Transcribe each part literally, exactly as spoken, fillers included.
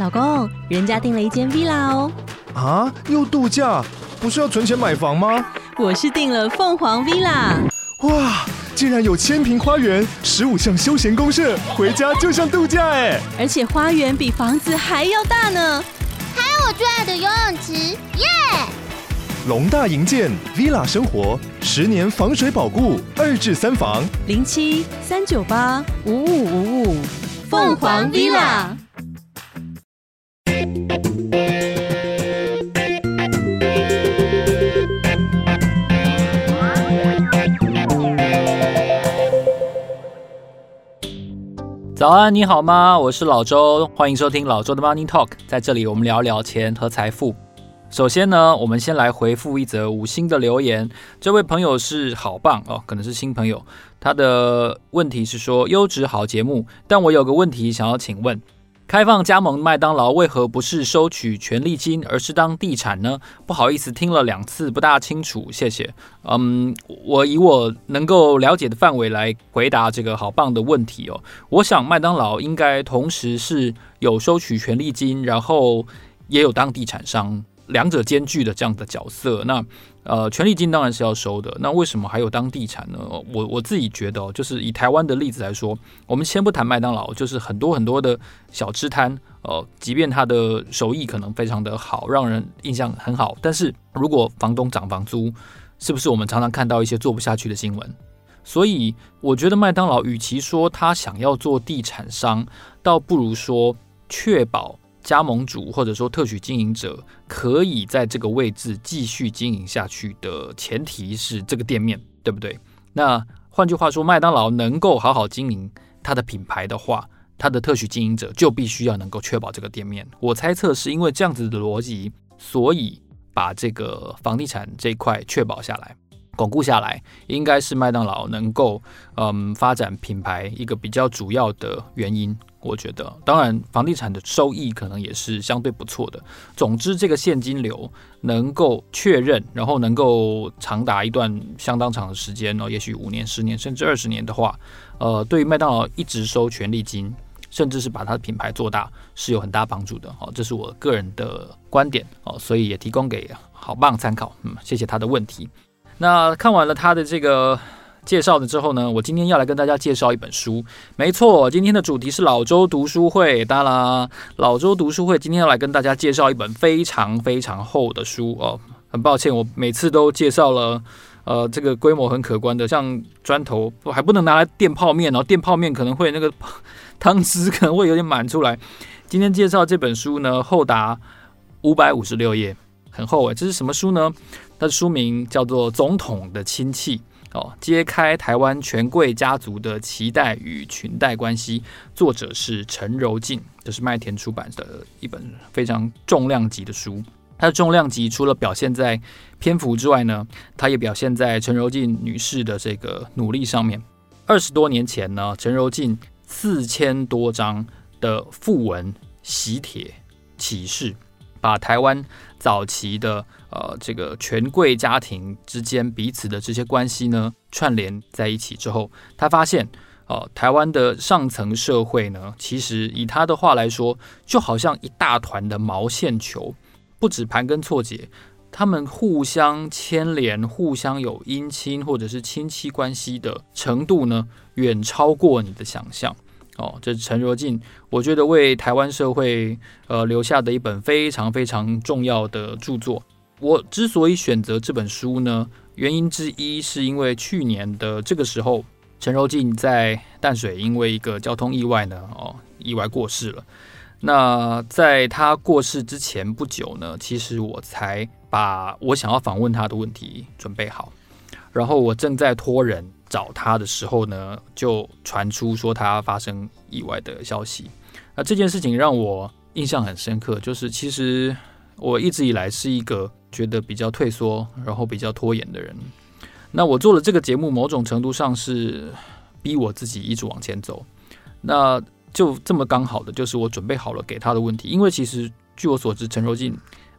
老公，人家订了一间 villa 哦。 啊，又度假？不是要存钱买房吗？ 我是订了凤凰 villa。 哇，竟然有千坪花园，十五项休闲公设，回家就像度假哎！ 而且花园比房子还要大呢。 还有我最爱的游泳池，耶！ 龙大营建 villa 生活，十年防水保固，二至三房， 零七三九八五五五五，凤凰 villa。 早安，你好吗？我是老周，欢迎收听老周的 Money Talk。在这里，我们聊聊钱和财富。首先呢，我们先来回复一则五星的留言。这位朋友是好棒哦，可能是新朋友。他的问题是说，优质好节目，但我有个问题想要请问。开放加盟麦当劳为何不是收取权利金，而是当地产呢？不好意思，听了两次不大清楚，谢谢。嗯，我以我能够了解的范围来回答这个好棒的问题哦。我想麦当劳应该同时是有收取权利金，然后也有当地产商，两者兼具的这样的角色。那呃，权利金当然是要收的，那为什么还有当地产呢？我我自己觉得、哦，就是以台湾的例子来说，我们先不谈麦当劳，就是很多很多的小吃摊，呃，即便它的手艺可能非常的好，让人印象很好，但是如果房东涨房租，是不是我们常常看到一些做不下去的新闻？所以我觉得麦当劳与其说他想要做地产商，倒不如说确保加盟主或者说特许经营者可以在这个位置继续经营下去的前提是这个店面，对不对？那换句话说，麦当劳能够好好经营它的品牌的话，它的特许经营者就必须要能够确保这个店面。我猜测是因为这样子的逻辑，所以把这个房地产这一块确保下来，巩固下来，应该是麦当劳能够嗯发展品牌一个比较主要的原因。我觉得，当然，房地产的收益可能也是相对不错的。总之，这个现金流能够确认，然后能够长达一段相当长的时间哦，也许五年、十年甚至二十年的话，呃，对于麦当劳一直收权利金，甚至是把它的品牌做大，是有很大帮助的哦。这是我个人的观点哦，所以也提供给好棒参考。嗯，谢谢他的问题。那看完了他的这个介绍了之后呢，我今天要来跟大家介绍一本书。没错，今天的主题是老周读书会。当然啦，老周读书会今天要来跟大家介绍一本非常非常厚的书哦。很抱歉，我每次都介绍了，呃，这个规模很可观的，像砖头还不能拿来垫泡面哦，垫泡面可能会那个汤汁可能会有点满出来。今天介绍这本书呢，厚达五百五十六页，很厚诶。这是什么书呢？它的书名叫做《总统的亲戚》。哦，揭开台湾权贵家族的脐带与裙带关系，作者是陈柔縉，这是麦田出版的一本非常重量级的书。它的重量级除了表现在篇幅之外呢，它也表现在陈柔縉女士的这个努力上面。二十多年前呢，陈柔縉四千多张的讣文、喜帖、启事，把台湾早期的呃这个权贵家庭之间彼此的这些关系呢串联在一起之后，他发现呃台湾的上层社会呢，其实以他的话来说，就好像一大团的毛线球，不止盘根错节，他们互相牵连，互相有姻亲或者是亲戚关系的程度呢，远超过你的想象。哦，这是陈柔縉，我觉得为台湾社会呃留下的一本非常非常重要的著作。我之所以选择这本书呢，原因之一是因为去年的这个时候，陈柔縉在淡水因为一个交通意外呢，哦，意外过世了。那在他过世之前不久呢，其实我才把我想要访问他的问题准备好，然后我正在托人找他的时候呢，就传出说他发生意外的消息。那这件事情让我印象很深刻，就是其实我一直以来是一个觉得比较退缩，然后比较拖延的人。那我做了这个节目，某种程度上是逼我自己一直往前走。那就这么刚好的，就是我准备好了给他的问题，因为其实据我所知，陈柔縉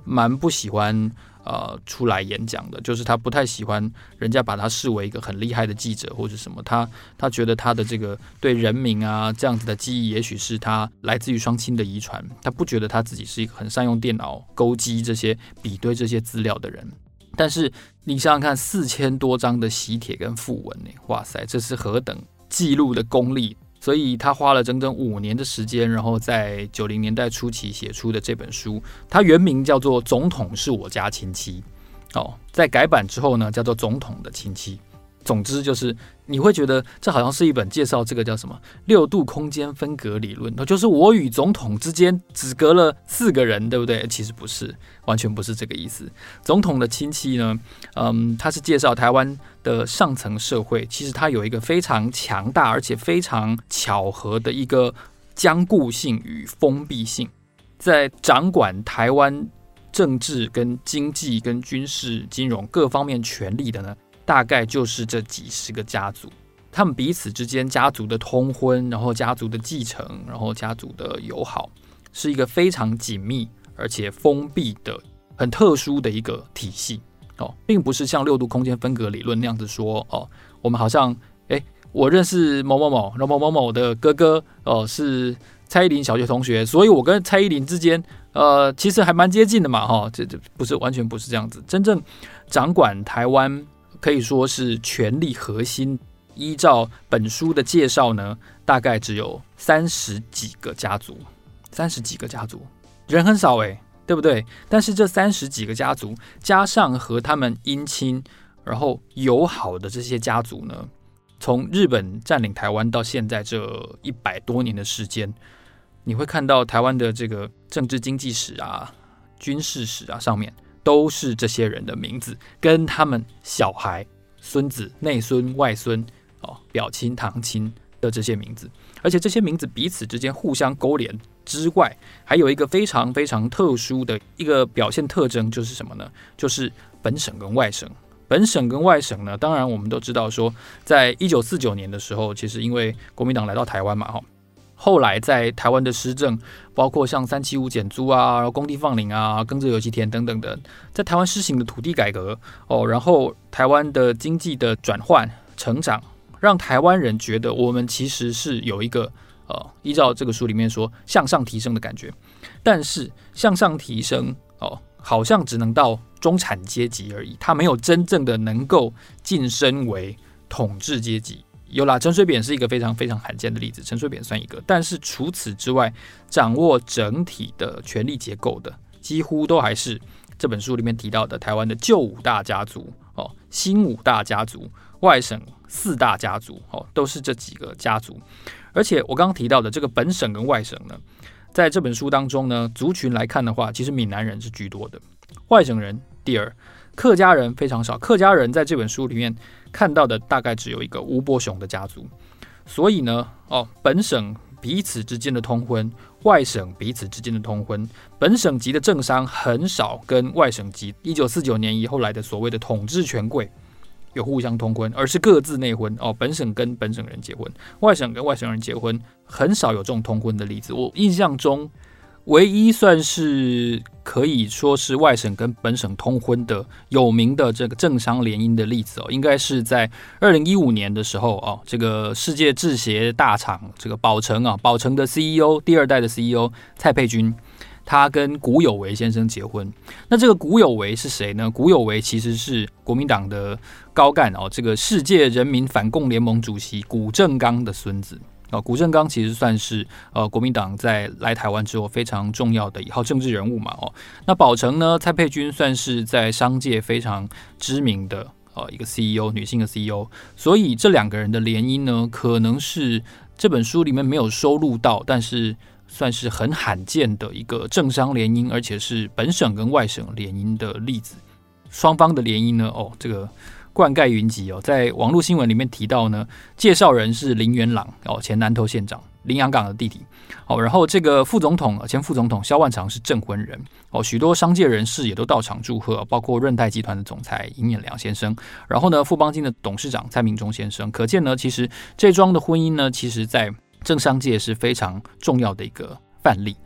蛮不喜欢呃出来演讲的，就是他不太喜欢人家把他视为一个很厉害的记者或者什么，他他觉得他的这个对人民啊这样子的记忆，也许是他来自于双亲的遗传，他不觉得他自己是一个很善用电脑勾稽这些比对这些资料的人。但是你想想看，四千多张的喜帖跟讣文，哇塞，这是何等记录的功力！所以他花了整整五年的时间，然后在九零年代初期写出的这本书，它原名叫做《总统是我家亲戚》，哦，在改版之后呢，叫做《总统的亲戚》。总之就是你会觉得这好像是一本介绍这个叫什么六度空间分隔理论，就是我与总统之间只隔了四个人，对不对？其实不是，完全不是这个意思。总统的亲戚呢，嗯，他是介绍台湾的上层社会，其实它有一个非常强大而且非常巧合的一个僵固性与封闭性，在掌管台湾政治跟经济跟军事金融各方面权力的呢，大概就是这几十个家族，他们彼此之间家族的通婚，然后家族的继承，然后家族的友好，是一个非常紧密而且封闭的很特殊的一个体系哦，并不是像六度空间分隔理论那样子说哦，我们好像哎，我认识某某某，然后某某某的哥哥哦是蔡依林小学同学，所以我跟蔡依林之间呃其实还蛮接近的嘛哈、哦，这这不是完全不是这样子，真正掌管台湾可以说是权力核心，依照本书的介绍呢，大概只有三十几个家族，三十几个家族，人很少哎，对不对？但是这三十几个家族，加上和他们姻亲，然后友好的这些家族呢，从日本占领台湾到现在这一百多年的时间，你会看到台湾的这个政治经济史啊、军事史啊上面，都是这些人的名字，跟他们小孩、孙子、内孙、外孙、哦、表亲、堂亲的这些名字，而且这些名字彼此之间互相勾连之外，还有一个非常非常特殊的一个表现特征，就是什么呢？就是本省跟外省。本省跟外省呢，当然我们都知道说，在一九四九年的时候，其实因为国民党来到台湾嘛，后来在台湾的施政，包括像三七五减租啊、工地放领啊、耕者有其田等等的，在台湾施行的土地改革哦，然后台湾的经济的转换成长，让台湾人觉得我们其实是有一个呃，依照这个书里面说向上提升的感觉，但是向上提升哦，好像只能到中产阶级而已，它没有真正的能够晋升为统治阶级。有啦，陈水扁是一个非常非常罕见的例子，陈水扁算一个，但是除此之外，掌握整体的权力结构的，几乎都还是这本书里面提到的台湾的旧五大家族哦，新五大家族，外省四大家族哦，都是这几个家族。而且我刚刚提到的这个本省跟外省呢，在这本书当中呢，族群来看的话，其实闽南人是居多的，外省人第二，客家人非常少，客家人在这本书里面看到的大概只有一个吴伯雄的家族，所以呢，哦，本省彼此之间的通婚，外省彼此之间的通婚，本省籍的政商很少跟外省籍一九四九年以后来的所谓的统治权贵有互相通婚，而是各自内婚哦，本省跟本省人结婚，外省跟外省人结婚，很少有这种通婚的例子。我印象中，唯一算是可以说是外省跟本省通婚的有名的这个政商联姻的例子哦，应该是在二零一五年的时候哦，这个世界制鞋大厂这个宝成啊，宝成的 C E O 第二代的 C E O 蔡佩君，他跟古有为先生结婚。那这个古有为是谁呢？古有为其实是国民党的高干哦，这个世界人民反共联盟主席古正刚的孙子。哦，古正刚其实算是呃国民党在来台湾之后非常重要的一号政治人物嘛。哦，那宝成呢，蔡佩君算是在商界非常知名的呃一个 C E O， 女性的 C E O， 所以这两个人的联姻呢，可能是这本书里面没有收录到，但是算是很罕见的一个政商联姻，而且是本省跟外省联姻的例子。双方的联姻呢，哦，这个冠盖云集哦，在网络新闻里面提到呢，介绍人是林元朗哦，前南投县长，林洋港的弟弟哦，然后这个副总统前副总统萧万长是证婚人哦，许多商界人士也都到场祝贺，包括润泰集团的总裁尹衍良先生，然后呢，富邦金的董事长蔡明忠先生，可见呢，其实这桩的婚姻呢，其实在政商界是非常重要的一个范例哦。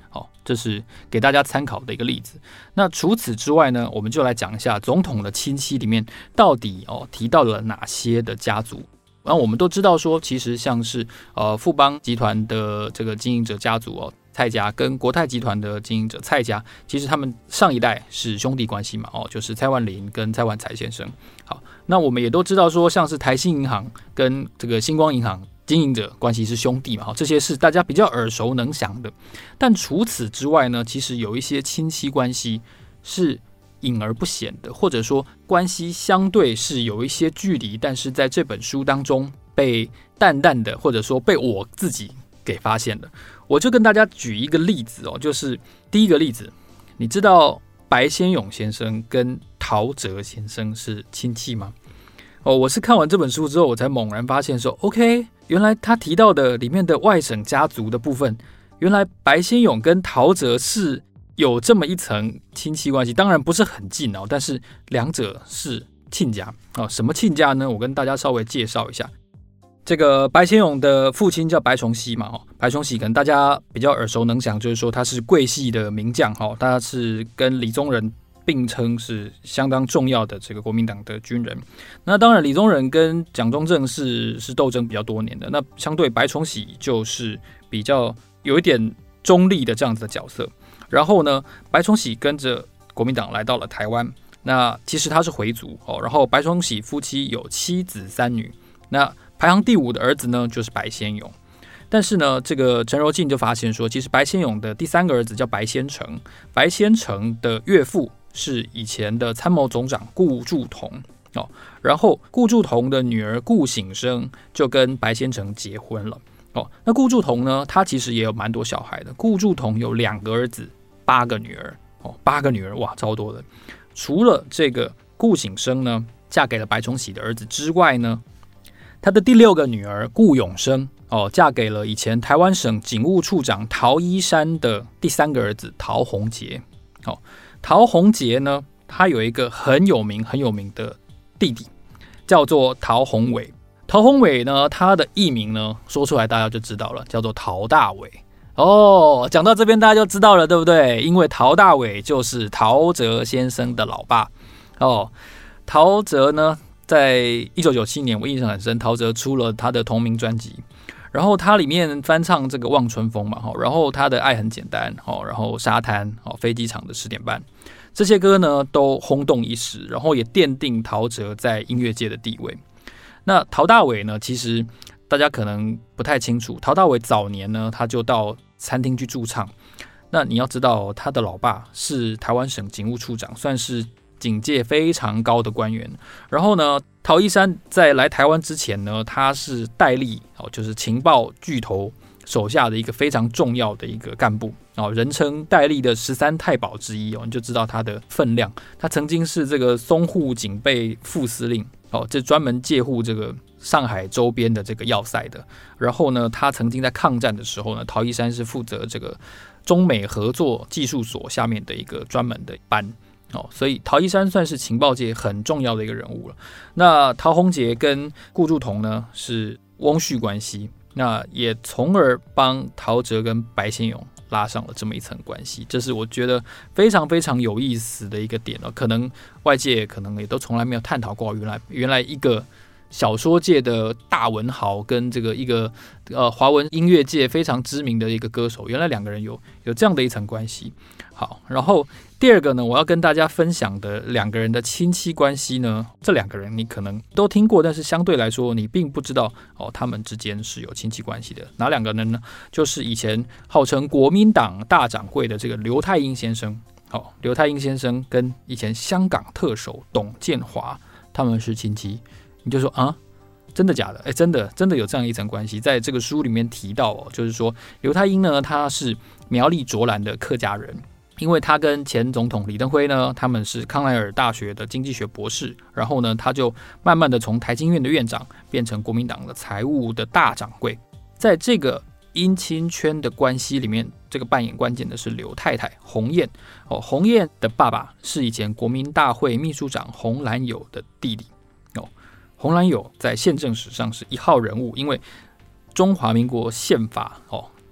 这是给大家参考的一个例子。那除此之外呢，我们就来讲一下总统的亲戚里面到底哦提到了哪些的家族。那我们都知道说，其实像是呃富邦集团的这个经营者家族哦，蔡家跟国泰集团的经营者蔡家，其实他们上一代是兄弟关系嘛，哦，就是蔡万林跟蔡万才先生。好，那我们也都知道说，像是台新银行跟这个星光银行经营者关系是兄弟嘛，这些是大家比较耳熟能详的。但除此之外呢，其实有一些亲戚关系是隐而不显的，或者说关系相对是有一些距离，但是在这本书当中被淡淡的，或者说被我自己给发现了。我就跟大家举一个例子哦，就是第一个例子，你知道白先勇先生跟陶喆先生是亲戚吗？哦，我是看完这本书之后，我才猛然发现说 ，OK， 原来他提到的里面的外省家族的部分，原来白先勇跟陶喆是有这么一层亲戚关系，当然不是很近哦，但是两者是亲家哦。什么亲家呢？我跟大家稍微介绍一下。这个白先勇的父亲叫白崇禧嘛，白崇禧可能大家比较耳熟能详，就是说他是桂系的名将，他是跟李宗仁并称是相当重要的这个国民党的军人。那当然，李宗仁跟蒋中正是是斗争比较多年的，那相对白崇禧就是比较有一点中立的这样子的角色。然后呢，白崇禧跟着国民党来到了台湾，那其实他是回族哦。然后白崇禧夫妻有七子三女，那排行第五的儿子呢就是白先勇。但是呢，这个陈柔縉就发现说，其实白先勇的第三个儿子叫白先成，白先成的岳父是以前的参谋总长顾祝同哦。然后顾祝同的女儿顾醒生就跟白先成结婚了哦。那顾祝同呢，他其实也有蛮多小孩的。顾祝同有两个儿子，八个女儿哦，八个女儿哇，超多的。除了这个顾醒生呢，嫁给了白崇禧的儿子之外呢，他的第六个女儿顾永生哦，嫁给了以前台湾省警务处长陶一山的第三个儿子陶宏杰。哦，陶宏杰呢，他有一个很有名很有名的弟弟，叫做陶宏伟。陶宏伟呢，他的艺名呢，说出来大家就知道了，叫做陶大伟。哦，讲到这边大家就知道了，对不对？因为陶大伟就是陶喆先生的老爸。哦，陶喆呢，在一九九七年，我印象很深，陶喆出了他的同名专辑，然后他里面翻唱这个《望春风》嘛，然后他的《爱很简单》，然后《沙滩》、飞机场的十点半，这些歌呢都轰动一时，然后也奠定陶喆在音乐界的地位。那陶大伟呢，其实大家可能不太清楚，陶大伟早年呢，他就到餐厅去驻唱。那你要知道，他的老爸是台湾省警务处长，算是警界非常高的官员。然后呢，陶一山在来台湾之前呢，他是戴笠，就是情报巨头手下的一个非常重要的一个干部，人称戴笠的十三太保之一，你就知道他的分量。他曾经是这个淞沪警备副司令，这专门戒护这个上海周边的这个要塞的。然后呢，他曾经在抗战的时候呢，陶一山是负责这个中美合作技术所下面的一个专门的班。哦，所以陶一山算是情报界很重要的一个人物了。那陶宏杰跟顾祝同呢是翁婿关系，那也从而帮陶喆跟白先勇拉上了这么一层关系，这是我觉得非常非常有意思的一个点哦。可能外界可能也都从来没有探讨过，原来原来一个小说界的大文豪跟这个一个呃华文音乐界非常知名的一个歌手，原来两个人有有这样的一层关系。好，然后第二个呢，我要跟大家分享的两个人的亲戚关系呢，这两个人你可能都听过，但是相对来说你并不知道哦，他们之间是有亲戚关系的。哪两个人呢？就是以前号称国民党大掌柜的这个刘太英先生。好、哦，刘太英先生跟以前香港特首董建华他们是亲戚。你就说啊，真的假的？哎，真的，真的有这样一层关系，在这个书里面提到哦，就是说刘太英呢，他是苗栗卓兰的客家人。因为他跟前总统李登辉呢，他们是康奈尔大学的经济学博士，然后呢，他就慢慢的从台经院的院长变成国民党的财务的大掌柜。在这个姻亲圈的关系里面，这个扮演关键的是刘太太洪燕哦，洪燕的爸爸是以前国民大会秘书长洪兰友的弟弟哦。洪兰友在宪政史上是一号人物，因为中华民国宪法哦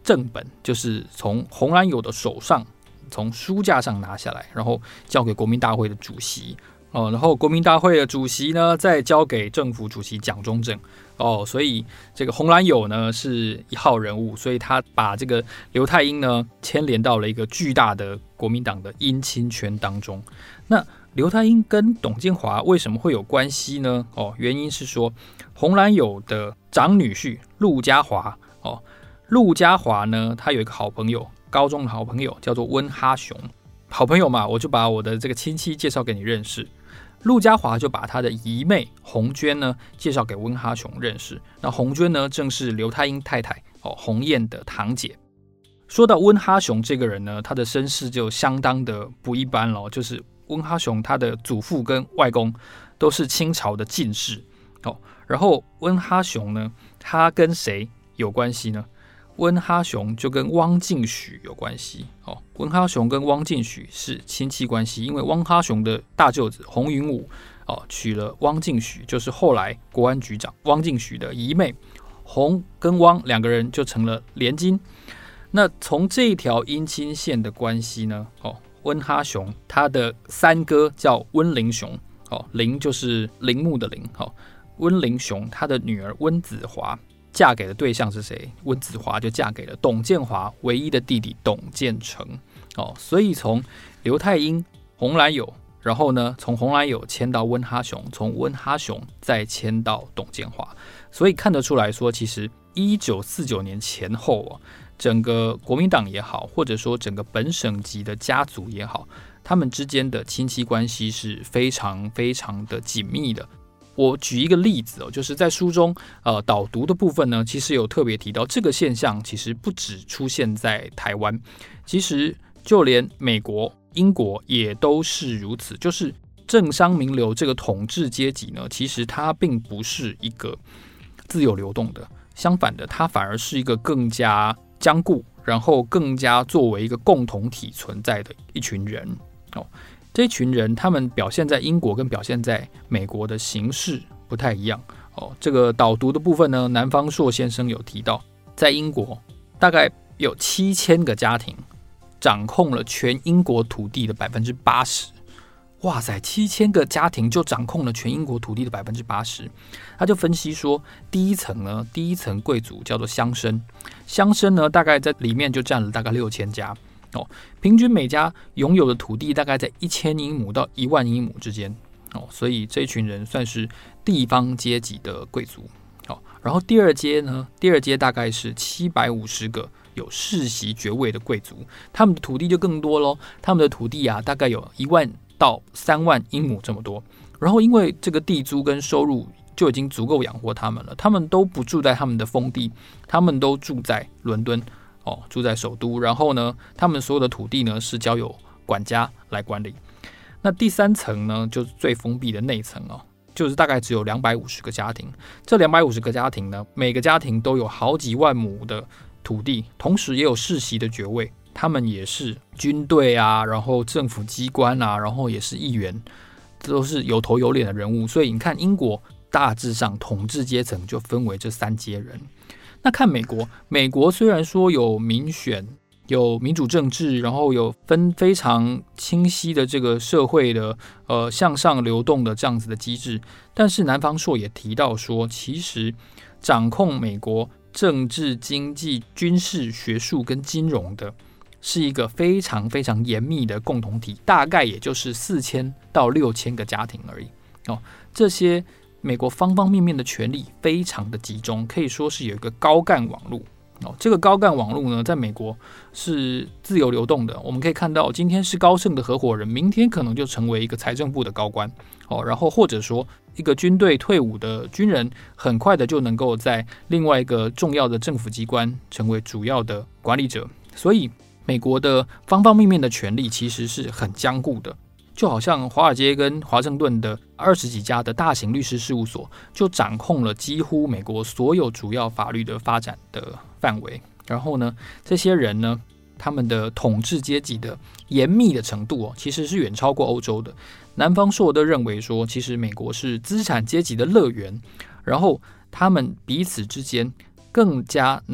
正本，就是从洪兰友的手上从书架上拿下来，然后交给国民大会的主席。哦，然后国民大会的主席呢，再交给政府主席蒋中正。哦，所以这个洪兰友呢是一号人物，所以他把这个刘太英呢牵连到了一个巨大的国民党的姻亲圈当中。那刘太英跟董建华为什么会有关系呢？哦，原因是说洪兰友的长女婿陆家华。哦，陆家华呢，他有一个好朋友，高中的好朋友叫做温哈雄。好朋友嘛，我就把我的这个亲戚介绍给你认识。陆家华就把他的姨妹洪娟呢介绍给温哈雄认识。那洪娟呢，正是刘太英太太哦洪燕的堂姐。说到温哈雄这个人呢，他的身世就相当的不一般了。就是温哈雄他的祖父跟外公都是清朝的进士哦。然后温哈雄呢，他跟谁有关系呢？温哈雄就跟汪敬许有关系哦。温哈雄跟汪敬许是亲戚关系，因为汪哈雄的大舅子洪云武哦娶了汪敬许，就是后来国安局长汪敬许的姨妹。洪跟汪两个人就成了连襟。那从这一条姻亲线的关系呢，哦，温哈雄他的三哥叫温陵雄哦，陵就是陵墓的陵哦。温陵雄他的女儿温子华。嫁给的对象是谁？温子华就嫁给了董建华唯一的弟弟董建成。哦，所以从刘太英、洪兰友，然后呢，从洪兰友迁到温哈雄，从温哈雄再迁到董建华。所以看得出来说，其实一九四九年前后、哦、整个国民党也好，或者说整个本省级的家族也好，他们之间的亲戚关系是非常非常的紧密的。我举一个例子哦，就是在书中呃导读的部分呢，其实有特别提到这个现象，其实不只出现在台湾，其实就连美国、英国也都是如此。就是政商名流这个统治阶级呢，其实它并不是一个自由流动的，相反的，它反而是一个更加僵固，然后更加作为一个共同体存在的一群人哦。这群人他们表现在英国跟表现在美国的形式不太一样哦。这个导读的部分呢，南方硕先生有提到，在英国大概有七千个家庭掌控了全英国土地的百分之八十。哇塞，七千个家庭就掌控了全英国土地的百分之八十。他就分析说，第一层呢，第一层贵族叫做乡绅，乡绅呢大概在里面就占了大概六千家。哦，平均每家拥有的土地大概在一千英亩到一万英亩之间哦，所以这一群人算是地方阶级的贵族。哦，然后第二阶呢，第二阶大概是七百五十个有世袭爵位的贵族，他们的土地就更多咯，他们的土地啊，大概有一万到三万英亩这么多。然后因为这个地租跟收入就已经足够养活他们了，他们都不住在他们的封地，他们都住在伦敦。哦，住在首都，然后呢，他们所有的土地呢是交由管家来管理。那第三层呢，就是最封闭的内层哦，就是大概只有两百五十个家庭。这两百五十个家庭呢，每个家庭都有好几万亩的土地，同时也有世袭的爵位，他们也是军队啊，然后政府机关啊，然后也是议员，这都是有头有脸的人物。所以你看，英国大致上统治阶层就分为这三阶人。那看美国，美国虽然说有民选，有民主政治，然后有分非常清晰的这个社会的呃向上流动的这样子的机制，但是南方硕也提到说，其实掌控美国政治、经济、军事、学术跟金融的是一个非常非常严密的共同体，大概也就是四千到六千个家庭而已哦。这些美国方方面面的权力非常的集中，可以说是有一个高干网络哦。这个高干网络呢，在美国是自由流动的。我们可以看到，今天是高盛的合伙人，明天可能就成为一个财政部的高官哦。然后或者说，一个军队退伍的军人，很快的就能够在另外一个重要的政府机关成为主要的管理者。所以，美国的方方面面的权力其实是很僵固的。就好像华尔街跟华盛顿的二十几家的大型律师事务所，就掌控了几乎美国所有主要法律的发展的范围。然后呢，这些人呢，他们的统治阶级的严密的程度哦，其实是远超过欧洲的。南方硕都认为说，其实美国是资产阶级的乐园，然后他们彼此之间更加难以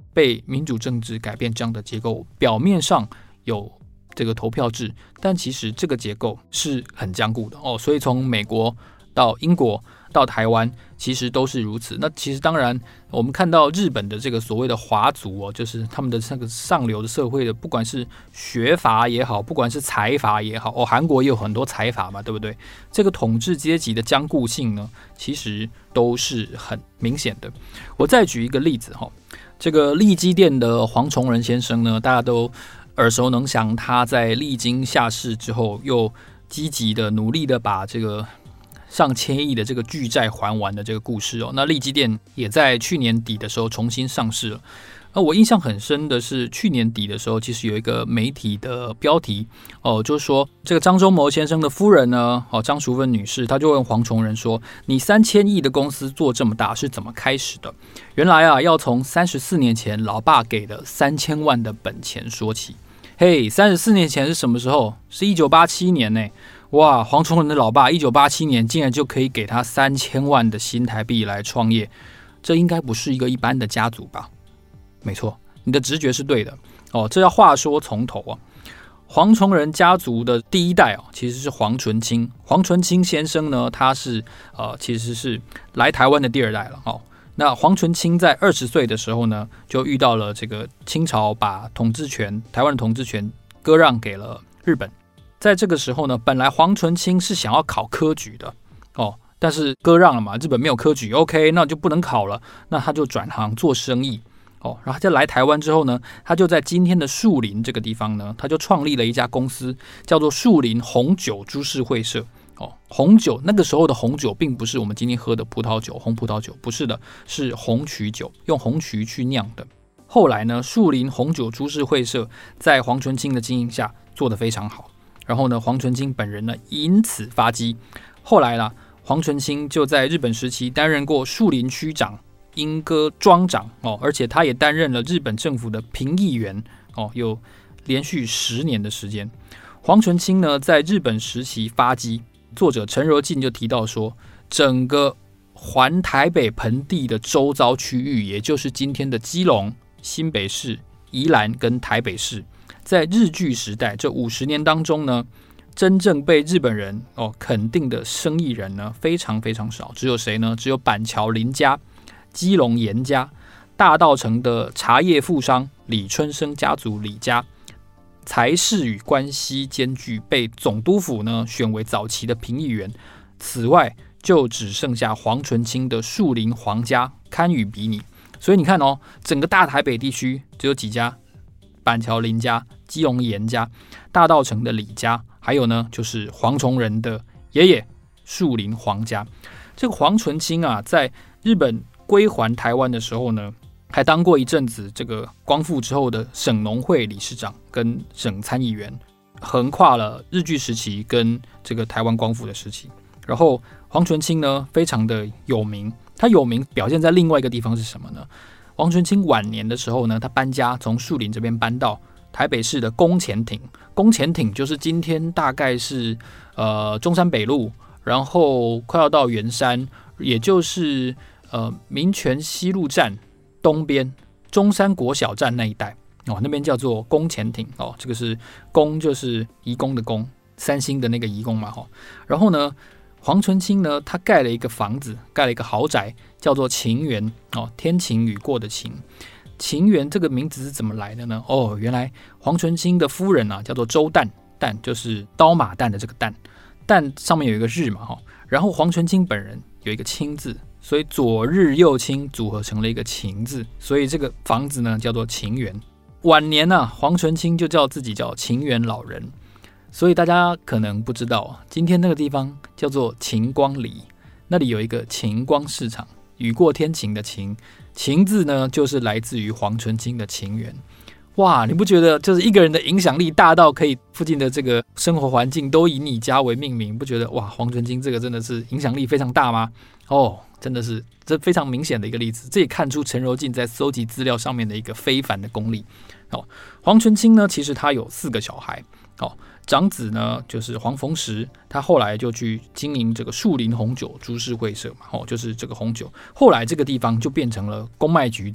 被民主政治改变这样的结构，表面上有这个投票制，但其实这个结构是很僵固的哦。所以从美国到英国到台湾，其实都是如此。那其实当然，我们看到日本的这个所谓的华族哦，就是他们的那个上流的社会的，不管是学阀也好，不管是财阀也好，哦，韩国也有很多财阀嘛，对不对？这个统治阶级的僵固性呢，其实都是很明显的。我再举一个例子哈，这个利基店的黄崇仁先生呢，大家都耳熟能详，他在历经下市之后，又积极的努力的把这个上千亿的这个巨债还完的这个故事哦。那利基店也在去年底的时候重新上市了。那我印象很深的是，去年底的时候，其实有一个媒体的标题哦，就是说这个张忠谋先生的夫人呢，哦张淑芬女士，她就问黄崇仁说：“你三千亿的公司做这么大是怎么开始的？”原来啊，要从三十四年前老爸给的三千万的本钱说起。嘿，三十四年前是什么时候？是一九八七年呢。哇，黄崇仁的老爸一九八七年竟然就可以给他三千万的新台币来创业，这应该不是一个一般的家族吧？没错，你的直觉是对的哦。这要话说从头啊。黄崇仁家族的第一代哦，其实是黄纯清。黄纯清先生呢，他是呃，其实是来台湾的第二代了哦。那黄纯清在二十岁的时候呢，就遇到了这个清朝把统治权，台湾的统治权割让给了日本。在这个时候呢，本来黄纯清是想要考科举的哦，但是割让了嘛，日本没有科举 ，OK， 那就不能考了，那他就转行做生意哦。然后在来台湾之后呢，他就在今天的树林这个地方呢，他就创立了一家公司，叫做树林红酒株式会社。哦，红酒那个时候的红酒并不是我们今天喝的葡萄酒，红葡萄酒不是的，是红曲酒，用红曲去酿的。后来呢，树林红酒株式会社在黄纯清的经营下做得非常好，然后呢，黄纯清本人呢因此发迹。后来啦，黄纯清就在日本时期担任过树林区长、莺歌庄长哦，而且他也担任了日本政府的评议员哦，有连续十年的时间。黄纯清呢在日本时期发迹。作者陈柔进就提到说，整个环台北盆地的周遭区域，也就是今天的基隆、新北市、宜兰跟台北市，在日据时代这五十年当中呢，真正被日本人哦肯定的生意人呢，非常非常少。只有谁呢？只有板桥林家、基隆严家、大稻埕的茶叶富商李春生家族李家。财势与关系兼具，被总督府呢选为早期的评议员。此外，就只剩下黄纯清的树林黄家堪与比拟。所以你看哦，整个大台北地区只有几家：板桥林家、基隆严家、大稻埕的李家，还有呢就是黄崇仁的爷爷树林黄家。这个黄纯清啊，在日本归还台湾的时候呢，还当过一阵子这个光复之后的省农会理事长跟省参议员，横跨了日据时期跟这个台湾光复的时期。然后黄纯清呢非常的有名，他有名表现在另外一个地方是什么呢？黄纯清晚年的时候呢，他搬家从树林这边搬到台北市的宫前町。宫前町就是今天大概是呃中山北路，然后快要到圆山，也就是呃民权西路站东边中山国小站那一带哦，那边叫做宫前町哦，这个是宫就是移宫的宫，三星的那个移宫嘛哈、哦。然后呢，黄纯清呢，他盖了一个房子，盖了一个豪宅，叫做晴园哦，天晴雨过的晴。晴园这个名字是怎么来的呢？哦，原来黄纯清的夫人啊，叫做周旦，旦就是刀马旦的这个旦，旦上面有一个日嘛哈、哦，然后黄纯清本人有一个清字。所以左日右清组合成了一个晴字，所以这个房子呢叫做晴园。晚年呢、啊，黄纯清就叫自己叫晴园老人。所以大家可能不知道，今天那个地方叫做晴光里，那里有一个晴光市场，雨过天晴的晴，晴字呢就是来自于黄纯清的晴园。哇，你不觉得就是一个人的影响力大到可以附近的这个生活环境都以你家为命名？不觉得哇，黄纯清这个真的是影响力非常大吗？哦，真的是这非常明显的一个例子，这也看出陈柔进在搜集资料上面的一个非凡的功力。哦，黄纯清呢，其实他有四个小孩。哦，长子呢就是黄逢时，他后来就去经营这个树林红酒株式会社嘛，哦，就是这个红酒。后来这个地方就变成了公卖局的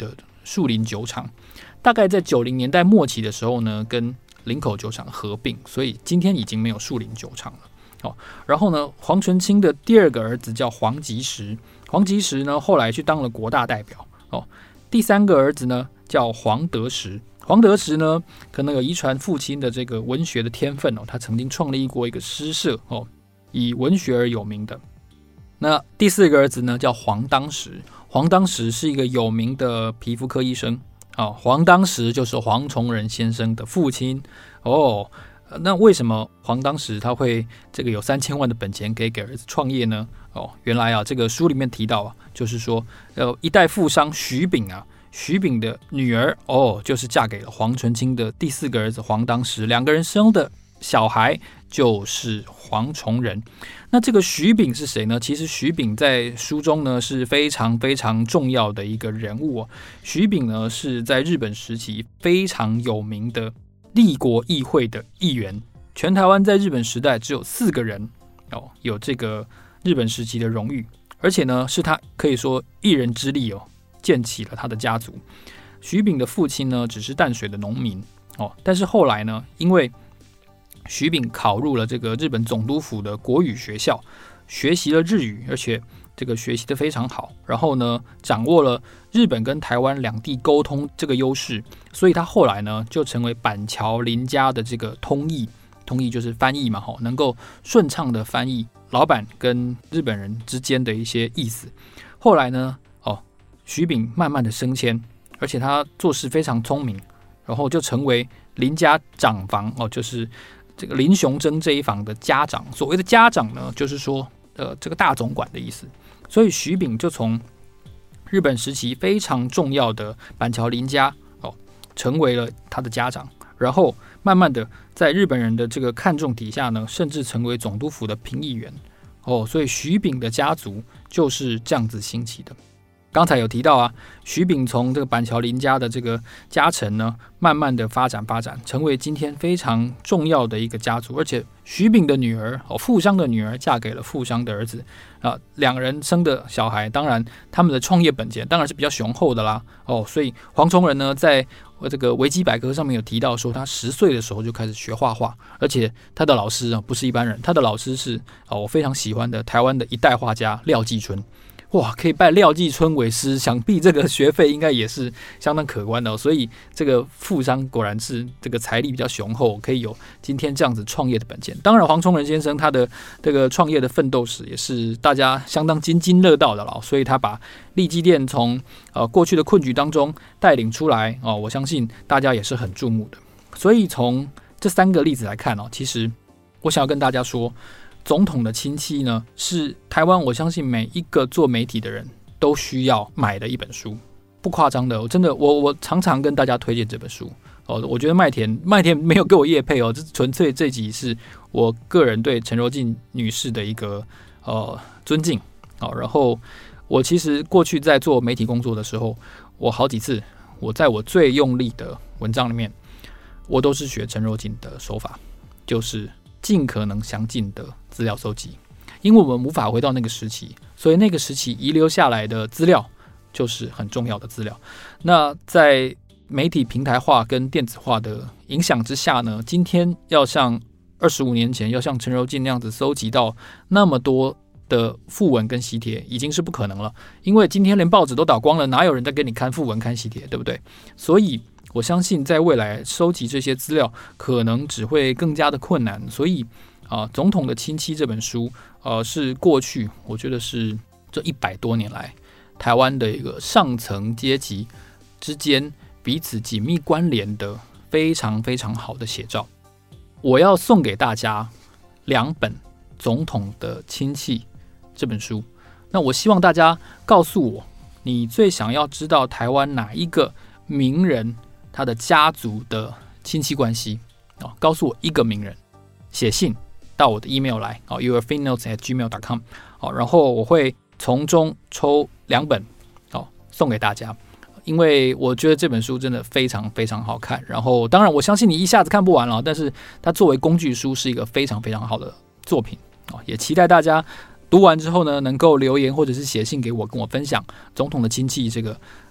树林酒厂，大概在九零年代末期的时候呢，跟林口酒厂合并，所以今天已经没有树林酒厂了。哦，然后呢，黄纯清的第二个儿子叫黄吉时，黄吉时呢后来去当了国大代表。哦，第三个儿子呢叫黄德时，黄德时呢可能有遗传父亲的这个文学的天分哦，他曾经创立过一个诗社哦，以文学而有名的。那第四个儿子呢叫黄当时，黄当时是一个有名的皮肤科医生哦，黄当时就是黄崇仁先生的父亲哦。那为什么黄当时他会这个有三千万的本钱给给儿子创业呢？哦，原来啊，这个书里面提到啊，就是说，呃，一代富商徐秉啊，徐秉的女儿哦，就是嫁给了黄纯清的第四个儿子黄当时，两个人生的小孩就是黄崇仁。那这个徐秉是谁呢？其实徐秉在书中呢是非常非常重要的一个人物哦。徐秉呢是在日本时期非常有名的立国议会的议员，全台湾在日本时代只有四个人哦有这个日本时期的荣誉，而且呢是他可以说一人之力哦建起了他的家族。徐秉的父亲呢只是淡水的农民哦，但是后来呢，因为徐秉考入了这个日本总督府的国语学校，学习了日语，而且这个学习得非常好，然后呢掌握了日本跟台湾两地沟通这个优势，所以他后来呢就成为板桥林家的这个通译，通译就是翻译嘛，能够顺畅的翻译老板跟日本人之间的一些意思。后来呢，哦，徐秉慢慢的升迁，而且他做事非常聪明，然后就成为林家长房哦，就是这个林雄征这一房的家长。所谓的家长呢，就是说呃这个大总管的意思。所以徐秉就从日本时期非常重要的板桥林家哦，成为了他的家长，然后慢慢的在日本人的这个看重底下呢，甚至成为总督府的评议员哦。所以徐秉的家族就是这样子兴起的。刚才有提到啊，徐秉从这个板桥林家的这个家臣呢，慢慢的发展发展，成为今天非常重要的一个家族。而且徐秉的女儿哦，富商的女儿嫁给了富商的儿子啊，两人生的小孩，当然他们的创业本钱当然是比较雄厚的啦哦。所以黄崇仁呢，在这个维基百科上面有提到说，他十岁的时候就开始学画画，而且他的老师啊不是一般人，他的老师是哦我非常喜欢的台湾的一代画家廖继春。哇，可以拜廖继春为师，想必这个学费应该也是相当可观的哦。所以这个富商果然是这个财力比较雄厚，可以有今天这样子创业的本钱。当然，黄崇仁先生他的这个创业的奋斗史也是大家相当津津乐道的了，所以他把利基店从呃过去的困局当中带领出来哦，我相信大家也是很注目的。所以从这三个例子来看哦，其实我想要跟大家说，总统的亲戚呢，是台湾我相信每一个做媒体的人都需要买的一本书，不夸张的，我真的我我常常跟大家推荐这本书哦。我觉得麦田麦田没有给我业配哦，这纯粹这集是我个人对陈柔縉女士的一个呃尊敬哦。然后我其实过去在做媒体工作的时候，我好几次我在我最用力的文章里面，我都是学陈柔縉的手法，就是尽可能详尽的资料搜集，因为我们无法回到那个时期，所以那个时期遗留下来的资料就是很重要的资料。那在媒体平台化跟电子化的影响之下呢，今天要像二十五年前要像陈柔縉那样子搜集到那么多的讣文跟喜帖已经是不可能了，因为今天连报纸都倒光了，哪有人在给你看讣文看喜帖，对不对？所以我相信在未来收集这些资料可能只会更加的困难。所以啊，总统的亲戚这本书呃，是过去我觉得是这一百多年来台湾的一个上层阶级之间彼此紧密关联的非常非常好的写照。我要送给大家两本总统的亲戚这本书，那我希望大家告诉我，你最想要知道台湾哪一个名人他的家族的亲戚关系、哦、告诉我一个名人，写信到我的 email 来、哦、yourfinnotes at gmail dot com、哦、然后我会从中抽两本、哦、送给大家，因为我觉得这本书真的非常非常好看。然后当然我相信你一下子看不完了，但是它作为工具书是一个非常非常好的作品、哦、也期待大家读完之后呢，能够留言或者是写信给我，跟我分享总统的亲戚这个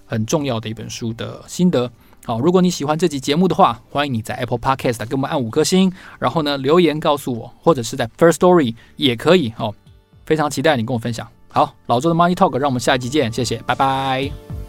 很重要的一本书的心得。好，如果你喜欢这集节目的话，欢迎你在 Apple Podcast 给我们按五颗星，然后呢留言告诉我，或者是在 First Story 也可以哦。非常期待你跟我分享。好，老周的 Money Talk， 让我们下一集见，谢谢，拜拜。